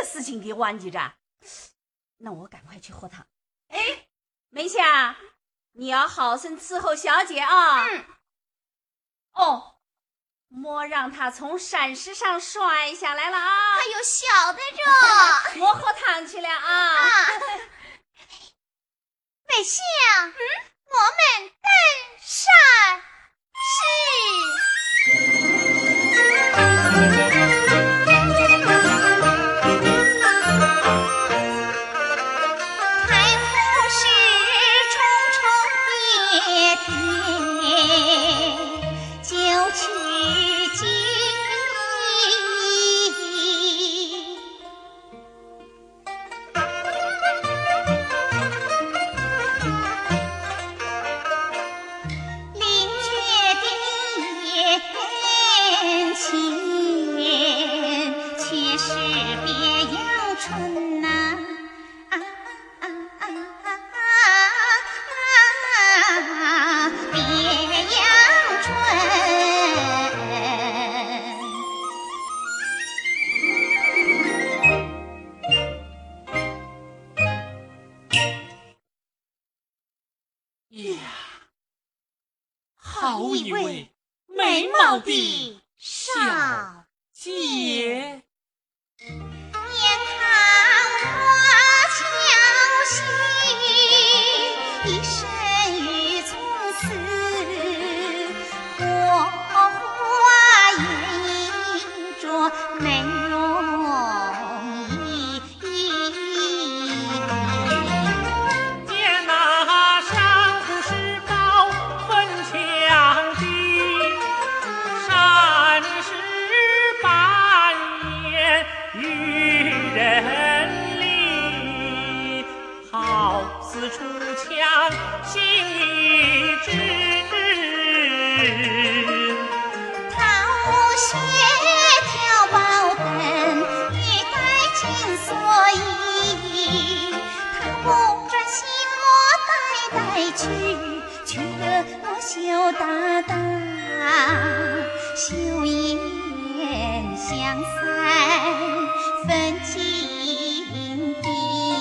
个事情给忘记着。那我赶快去喝汤。哎，梅夏，你要好生伺候小姐啊。哦，莫让她从山石上摔下来了啊！ 还有小的着， 我喝汤去了啊！ 梅夏，我们登山开幕时重重叠叠，就取经意。临决定眼前，却是别样春呐、别样春。 呀，好一位美貌的小姐。 眼看花巧兮，一生于从此，国花映着美容仪。 见那上古石宝分强地，山石扮演与人离，好似出墙心一致。 桃血挑宝灯，欲戴金锁衣。他不准心我带去，却得我羞答答，羞颜相赛分金地。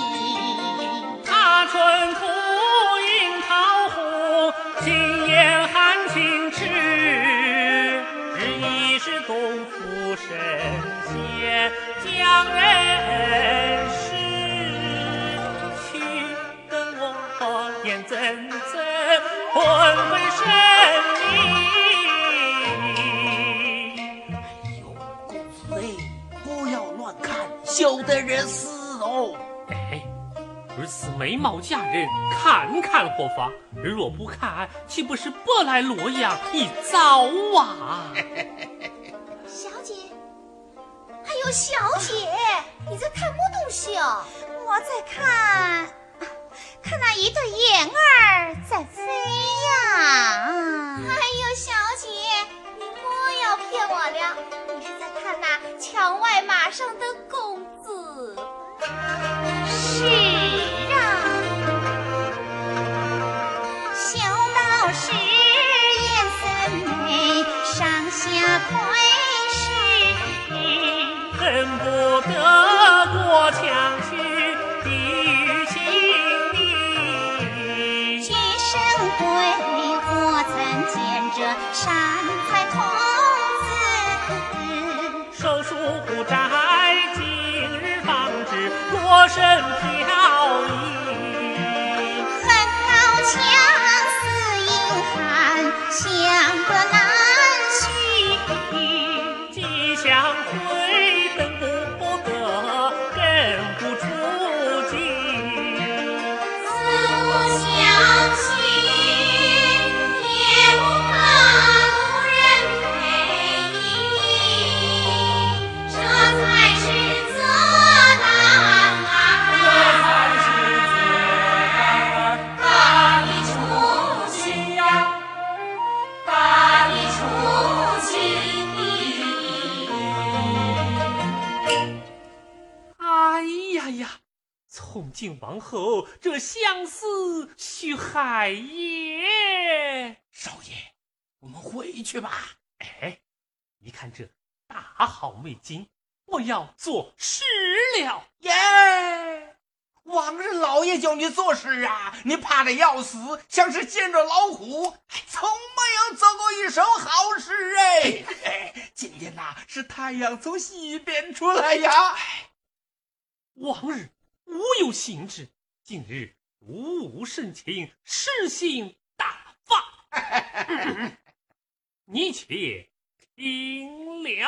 他春吐樱桃湖，杏眼含情痴，日已是东府神仙将人世，去跟我眼睁睁魂飞神离。 哎呦，公子嘞，不要乱看，小的人死哦。 哎，如此美貌佳人，看看何妨？若不看，岂不是白来洛阳一遭啊？ 小姐，还有小姐，你在看么东西哦？我在看那一对雁儿在飞呀。还有小姐，你莫要骗我了，你是在看那墙外马上的公子。是啊，小道士颜森美，上下快使， 恨不得过墙去地狱情泥。 举身归，我曾见着山海童子， 手书古斋，今日方知罗身飘逸。 恨老强似硬汉，想得难续。 吉祥会等不得，人不出境。 自不相许，也不怕路人非议，这才是责难大义出奇呀，大义出奇。 哎呀呀，从今往后，这相思须海也。 少爷，我们回去吧。 哎，一看这大好美景， 我要做事了。 耶！往日老爷叫你做事啊，你怕得要死，像是见着老虎，从没有做过一手好事哎。今天呐，是太阳从西边出来呀。 往日无有行止，今日独无深情，诗性大发。你且听了。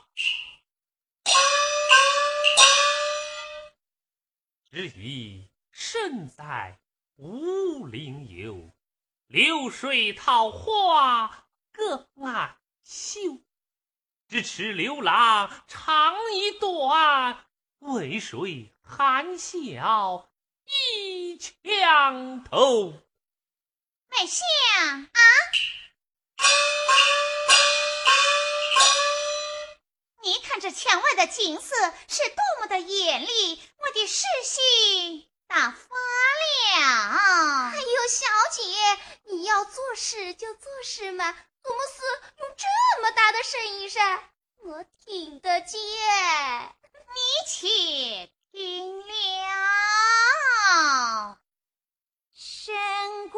只疑身在无陵游，流水桃花各岸休。咫尺流浪长一段，渭水含笑一墙头。 美相啊，你看这墙外的景色是多么的艳丽，我的诗性打发了。哎呦，小姐，你要做事就做事嘛，怎么是用这么大的声音噻？我听得见。你且听了。深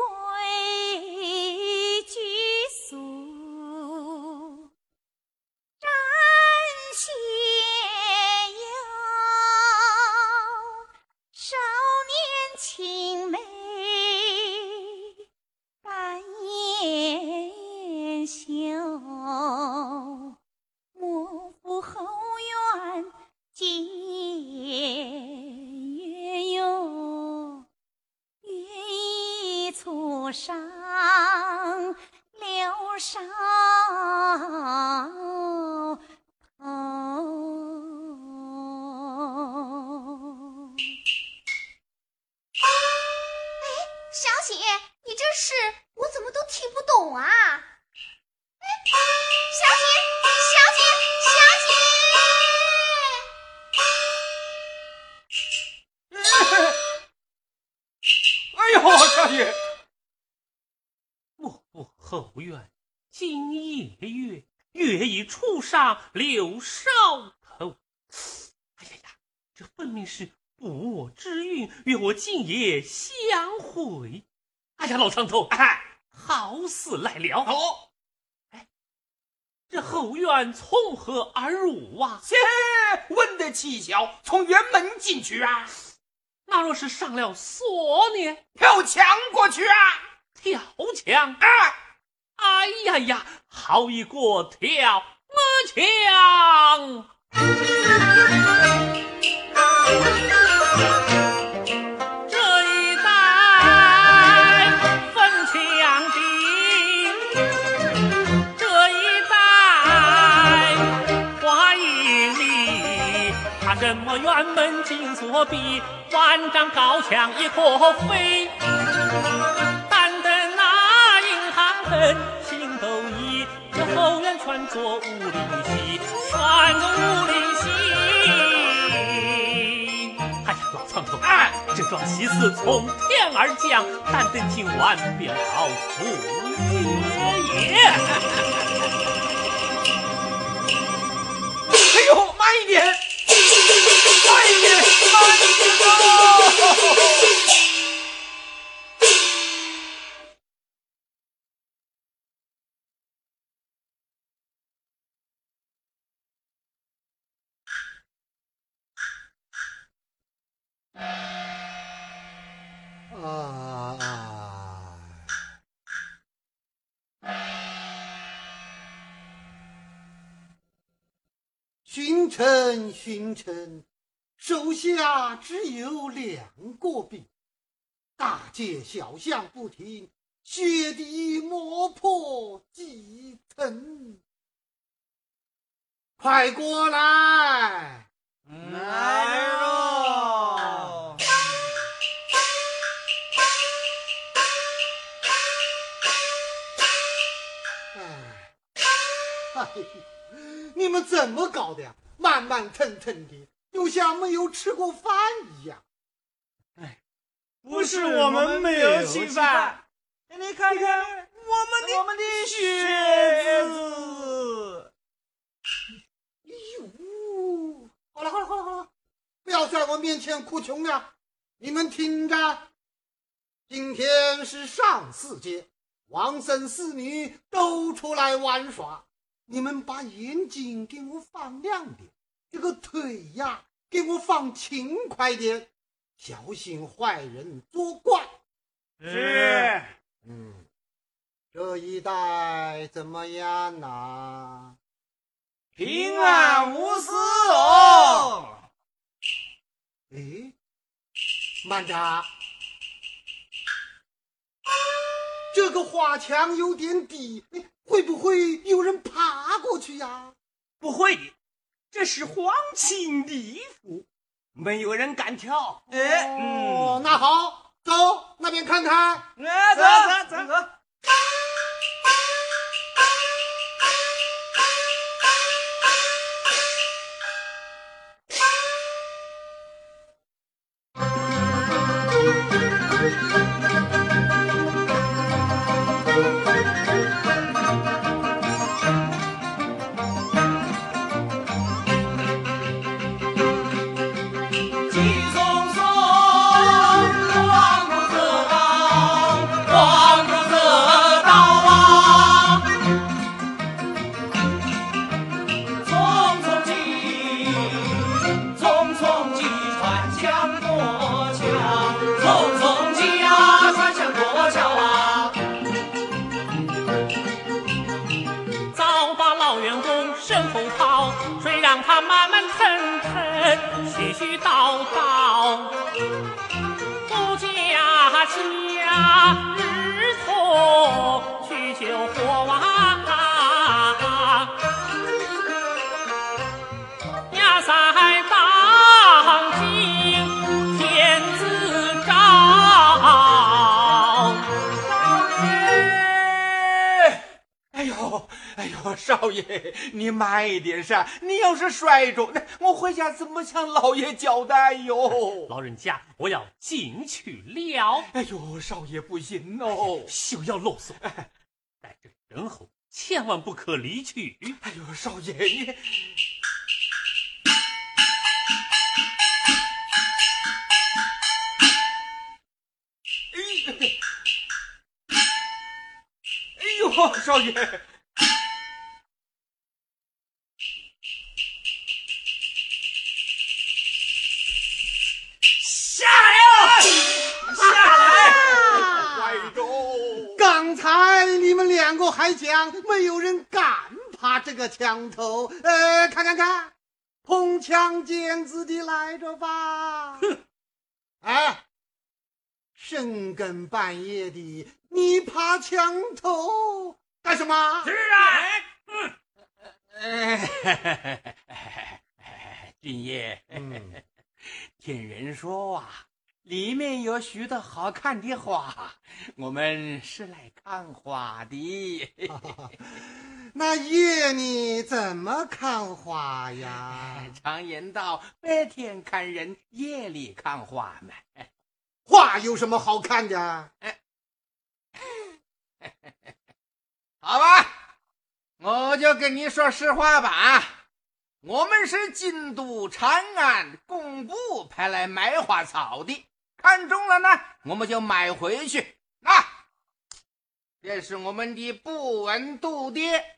闺居宿，沾仙游，少年青梅半掩羞，莫负后院今夜月哟，月已粗上柳梢头。小姐，你这诗我怎么都听不懂啊？小姐，小姐， 哎呦，少爷！ 莫不后院今夜月，月已初上柳梢头。哎呀呀，这分明是不我之韵，约我今夜相会。哎呀，老苍头，好似来了。 哦， 这后院从何而入啊？ 切，问得蹊跷，从辕门进去啊。 那若是上了锁呢？ 跳墙过去啊！ 跳墙！哎呀呀，好一个跳墙！这一带分墙顶，这一带花影里，他什么辕门紧锁闭，万丈高墙一可飞。但等那银行恨心都移，这后院全作武陵西，全作武陵西。哎呀，老苍头，这桩喜事从天而降，但等今晚便好赴约也。 哎呦，慢一点，慢一点，慢一点哦！ 勋臣，手下只有2国兵，大街小巷不停，血滴磨破几层。快过来！ 来喽！ 你们怎么搞的呀？慢慢腾腾的，就像没有吃过饭一样。 不是我们没有吃饭，你看看我们的靴子。 哟， 好了，不要在我面前哭穷了。你们听着，今天是上巳节，王孙四女都出来玩耍，你们把眼睛给我放亮点，这个腿呀给我放轻快点，小心坏人作怪。 是。 这一带怎么样啊？ 平安无事哦。 哎，慢着，这个花墙有点低，会不会有人爬过去呀？ 不会的，这是皇亲礼服，没有人敢跳。 那好，走那边看看。 走。 絮叨叨，不家家日头去救火娃，压塞当今天自照。 哎呦，少爷，你慢一点噻！你要是摔着，我回家怎么向老爷交代哟？ 老人家，我要进去了。 哎呦，少爷不行哦， 休要啰嗦，在这里等候，千万不可离去。 哎呦，少爷你。哎呦，少爷。 刚才你们两个还讲没有人敢爬这个墙头，看，碰枪尖子的来着吧？ 哼！ 哎，深更半夜的，你爬墙头干什么？ 是啊，军爷，听人说啊，里面有许多好看的花，我们是来看花的。 那夜你怎么看花呀？ 常言道，白天看人，夜里看花嘛。 花有什么好看的？ 好吧，我就跟你说实话吧。我们是京都长安工部派来买花草的，看中了呢，我们就买回去。这是我们的不纹度牒。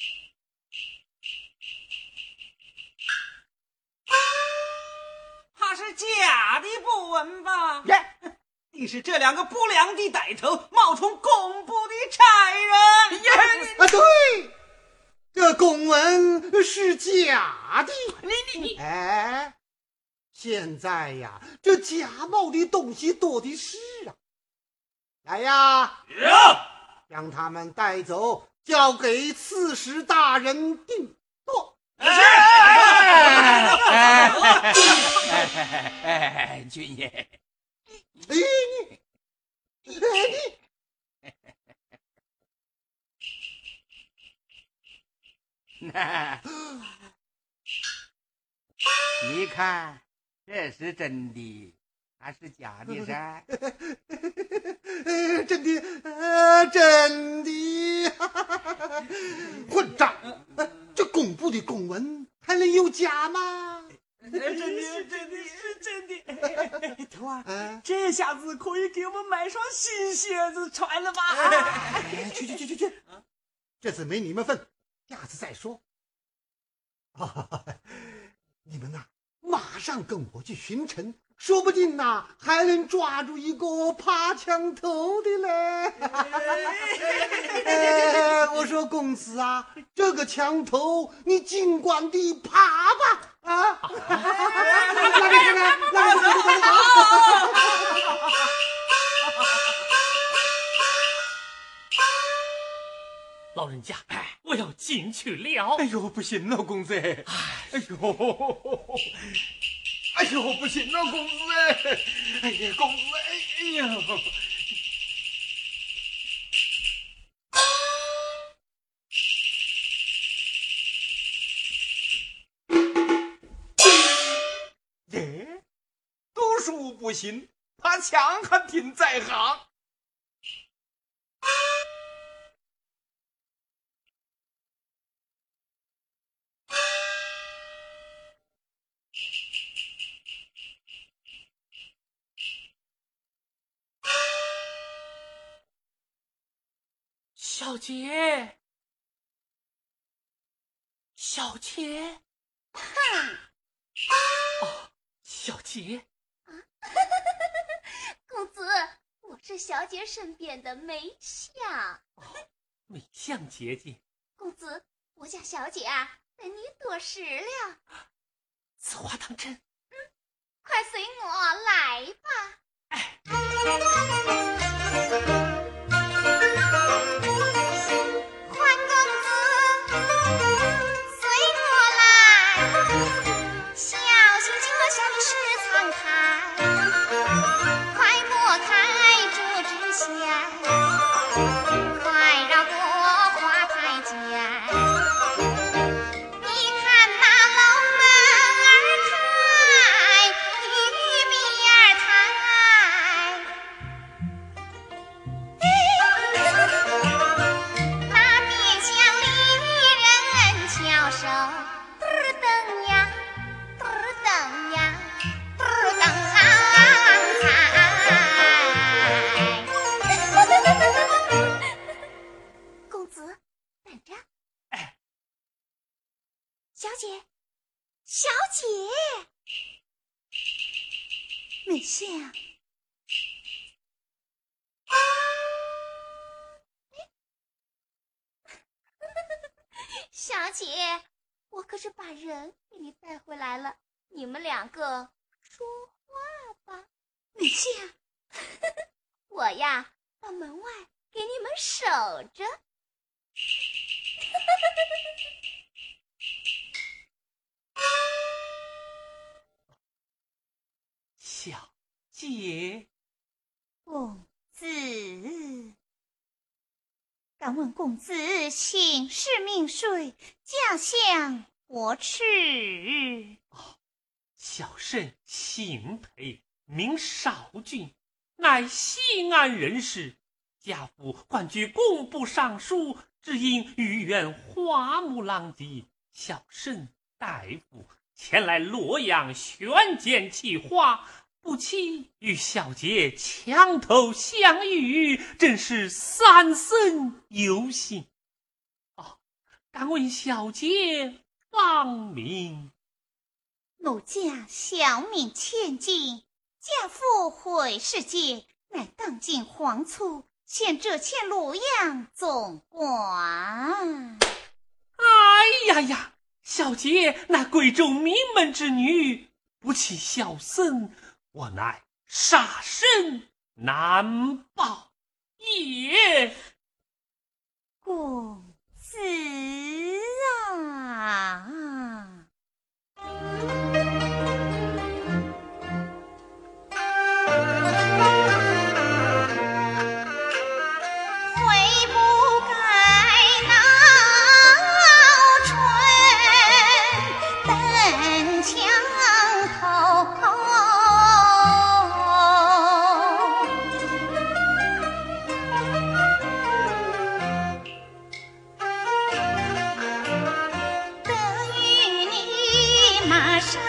怕是假的不纹吧？你是这两个不良的歹头冒充工部的差人。 对，这公文是假的。 你现在呀，这假冒的东西多的是啊。来呀，将他们带走，交给刺史大人定夺。 军爷，你看，这是真的，还是假的噻？ 真的，混账！这工部的公文还能有假吗？ 真的。头儿， 这下子可以给我们买双新鞋子穿了吧？ 去，这次没你们份，下次再说。你们呐，马上跟我去巡城，说不定呐还能抓住一个爬墙头的嘞。我说公子啊，这个墙头你尽管地爬吧。 老人家，我要进去了。 哎呦，不行了，公子！哎呦，不行了，公子！哎呀，公子！哎呀！读书不行，爬墙还挺在行。 小姐，小姐，小姐， 公子，我是小姐身边的梅香。 梅香姐姐， 公子，我家小姐啊，等你多时了。 此话当真？ 快随我来吧。小姐，梅香，小姐，我可是把人给你带回来了，你们两个说话吧。梅香，我呀，到门外给你们守着。 小姐， 公子，敢问公子姓氏名谁，家乡何处？ 小生姓裴，名少君，乃西安人士，家父官居工部尚书，只因御苑花木狼藉，小生代父前来洛阳选拣奇花，不期与小姐墙头相遇，真是三生有幸。敢问小姐芳名？ 奴家小名千金，家父回世间，乃当今皇卒，现浙前洛阳总管。 哎呀，小姐乃贵州名门之女，不弃小僧，我乃杀身难报也。 公子啊，马上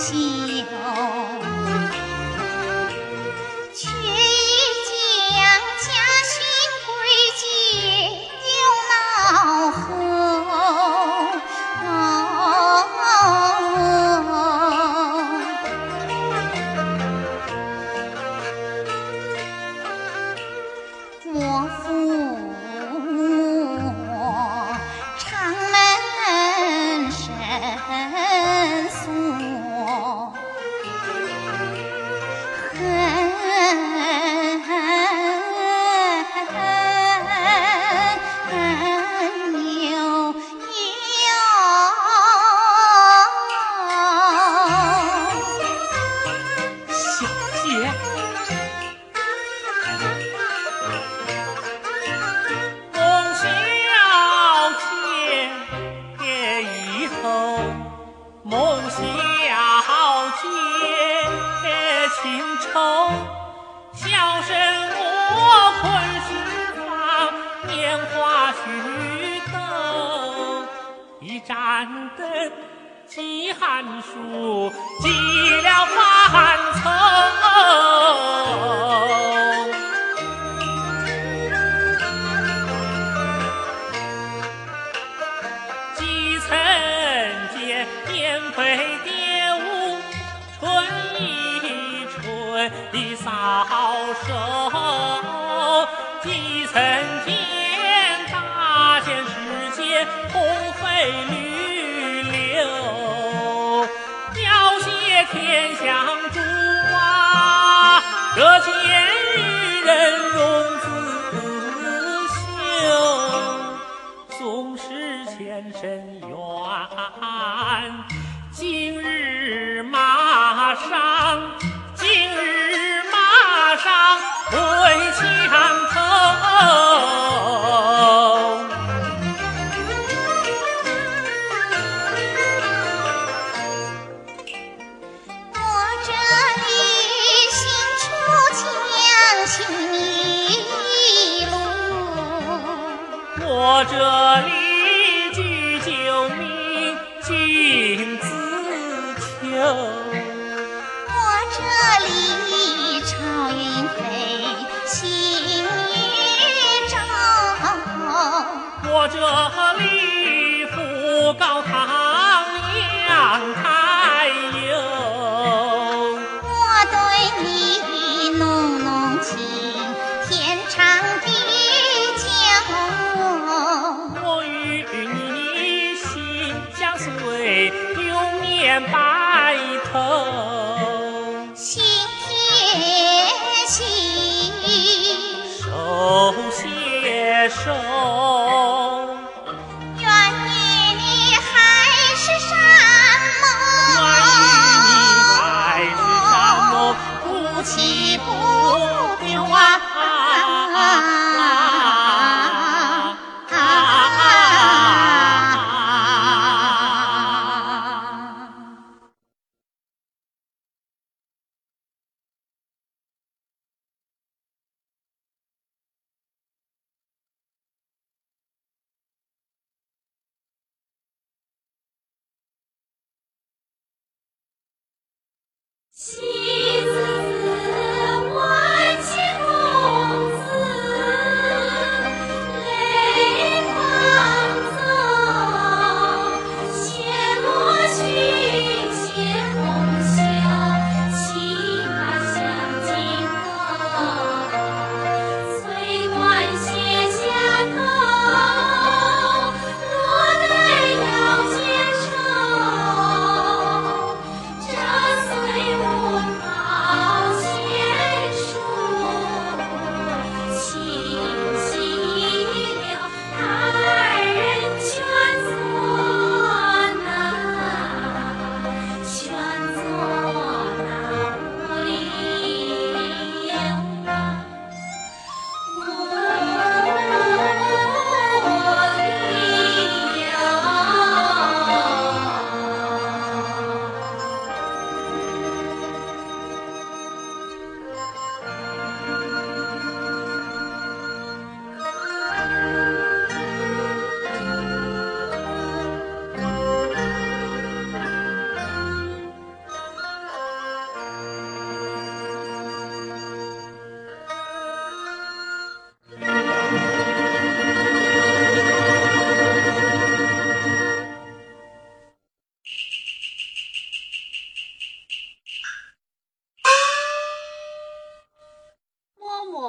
却已将家训归结又恼恨。莫负我长门深锁，恨悠小姐，孟小姐以后，孟小姐情愁，小生我困世方，年华虚度，一盏灯几寒暑，几了烦愁。几曾见燕飞蝶舞，春意春的搔首，几曾见大千世界鸿飞绿柳，凋谢天香烛啊，这间与人容自修，纵使前身远，今日马上，今日马上对墙头。 我这里行出将心一路， 我这里举救命，君自求。 我这里朝云飞，星雨照， 我这里福高堂，阳台有。 我对你浓浓情，天长地久。 我与你心相随，永年白头。 心贴心， 手携手。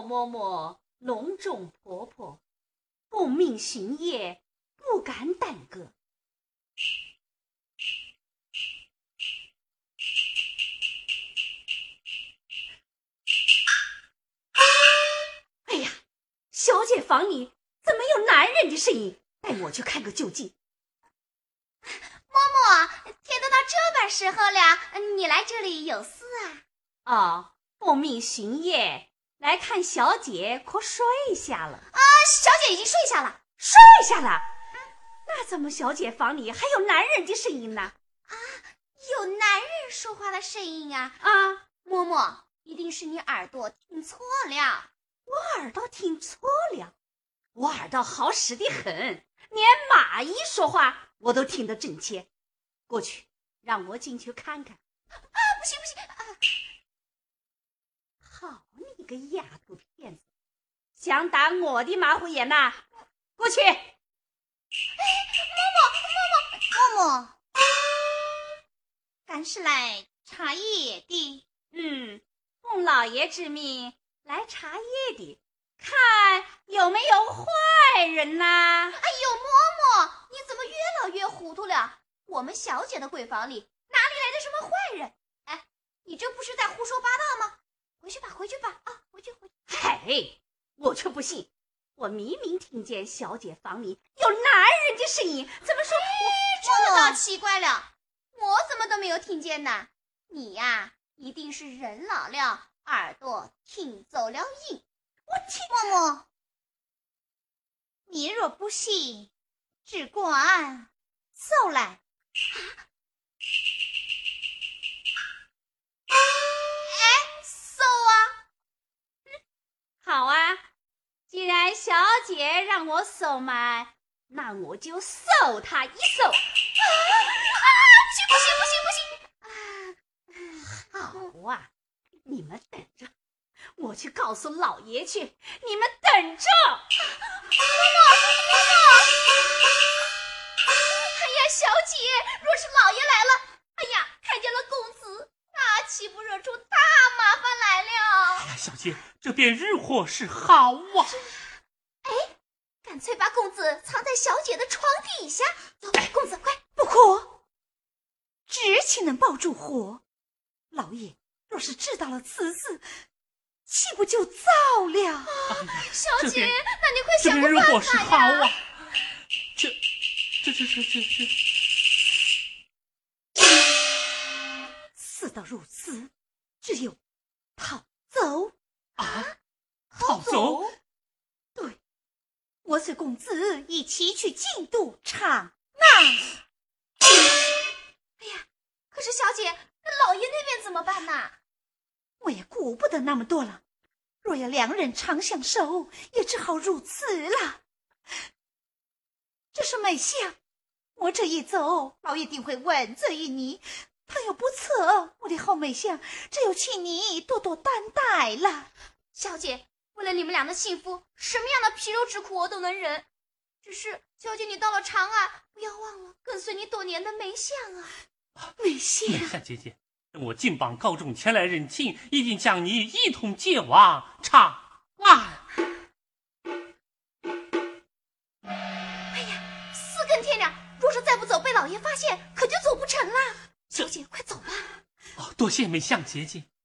嬷嬷隆重婆婆，奉命行业，不敢耽搁。哎呀，小姐房里怎么有男人的声音？带我去看个究竟。 嬷嬷，天都到这般时候了，你来这里有事啊？ 哦，奉命行业，来看小姐可睡下了。 啊，小姐已经睡下了。 睡下了？那怎么小姐房里还有男人的声音呢？ 啊，有男人说话的声音啊！ 啊， 嬷嬷，一定是你耳朵听错了。 我耳朵听错了，我耳朵好使得很，连马一说话我都听得真切。过去，让我进去看看。 啊，不行不行！啊， 好你个丫头片子，想打我的马虎眼呐！过去！ 哎，嬷嬷，赶是来查夜的。 奉老爷之命来查夜的，看有没有坏人呐？ 哎呦，嬷嬷，你怎么越老越糊涂了？我们小姐的闺房里哪里来的什么坏人？哎，你这不是在胡说八道吗？回去吧，回去吧，啊，回去。 嘿，我却不信，我明明听见小姐房里有男人的声音，怎么说？ 这倒奇怪了，我怎么都没有听见呢？你呀，一定是人老了，耳朵听走了音。嬷嬷，你若不信，只管走来。搜啊！ 好啊，既然小姐让我搜嘛，那我就搜她一搜。 不行！ 好啊，你们等着，我去告诉老爷去，你们等着。 哎呀，小姐，若是老爷来了，哎呀，看见了公子，那岂不惹出大麻烦来了？ 哎呀，小姐，这便日祸是好啊！ 哎，干脆把公子藏在小姐的床底下。走，公子，快！ 不可，只岂能抱住火？老爷若是知道了此事，岂不就糟了？ 小姐，那你快这想个办边日祸是法呀！ 好啊！这， 事到如此，只有逃走啊！逃走？ 对，我随公子一起去京都长安。 哎呀，可是小姐，那老爷那边怎么办呢？ 我也顾不得那么多了，若要两人长相守，也只好如此了。只是没想，我这一走，老爷定会问罪于你。倘有不测，我的好美香，只有请你多多担待了。 小姐，为了你们俩的幸福，什么样的皮肉之苦我都能忍。只是小姐，你到了长安，不要忘了跟随你多年的梅香啊。 梅香姐姐，等我进榜告状前来认亲，一定将你一同接往长安。 哎呀，4更天亮，若是再不走，被老爷发现，可就走不成了。小姐，快走吧。 多谢梅香姐姐。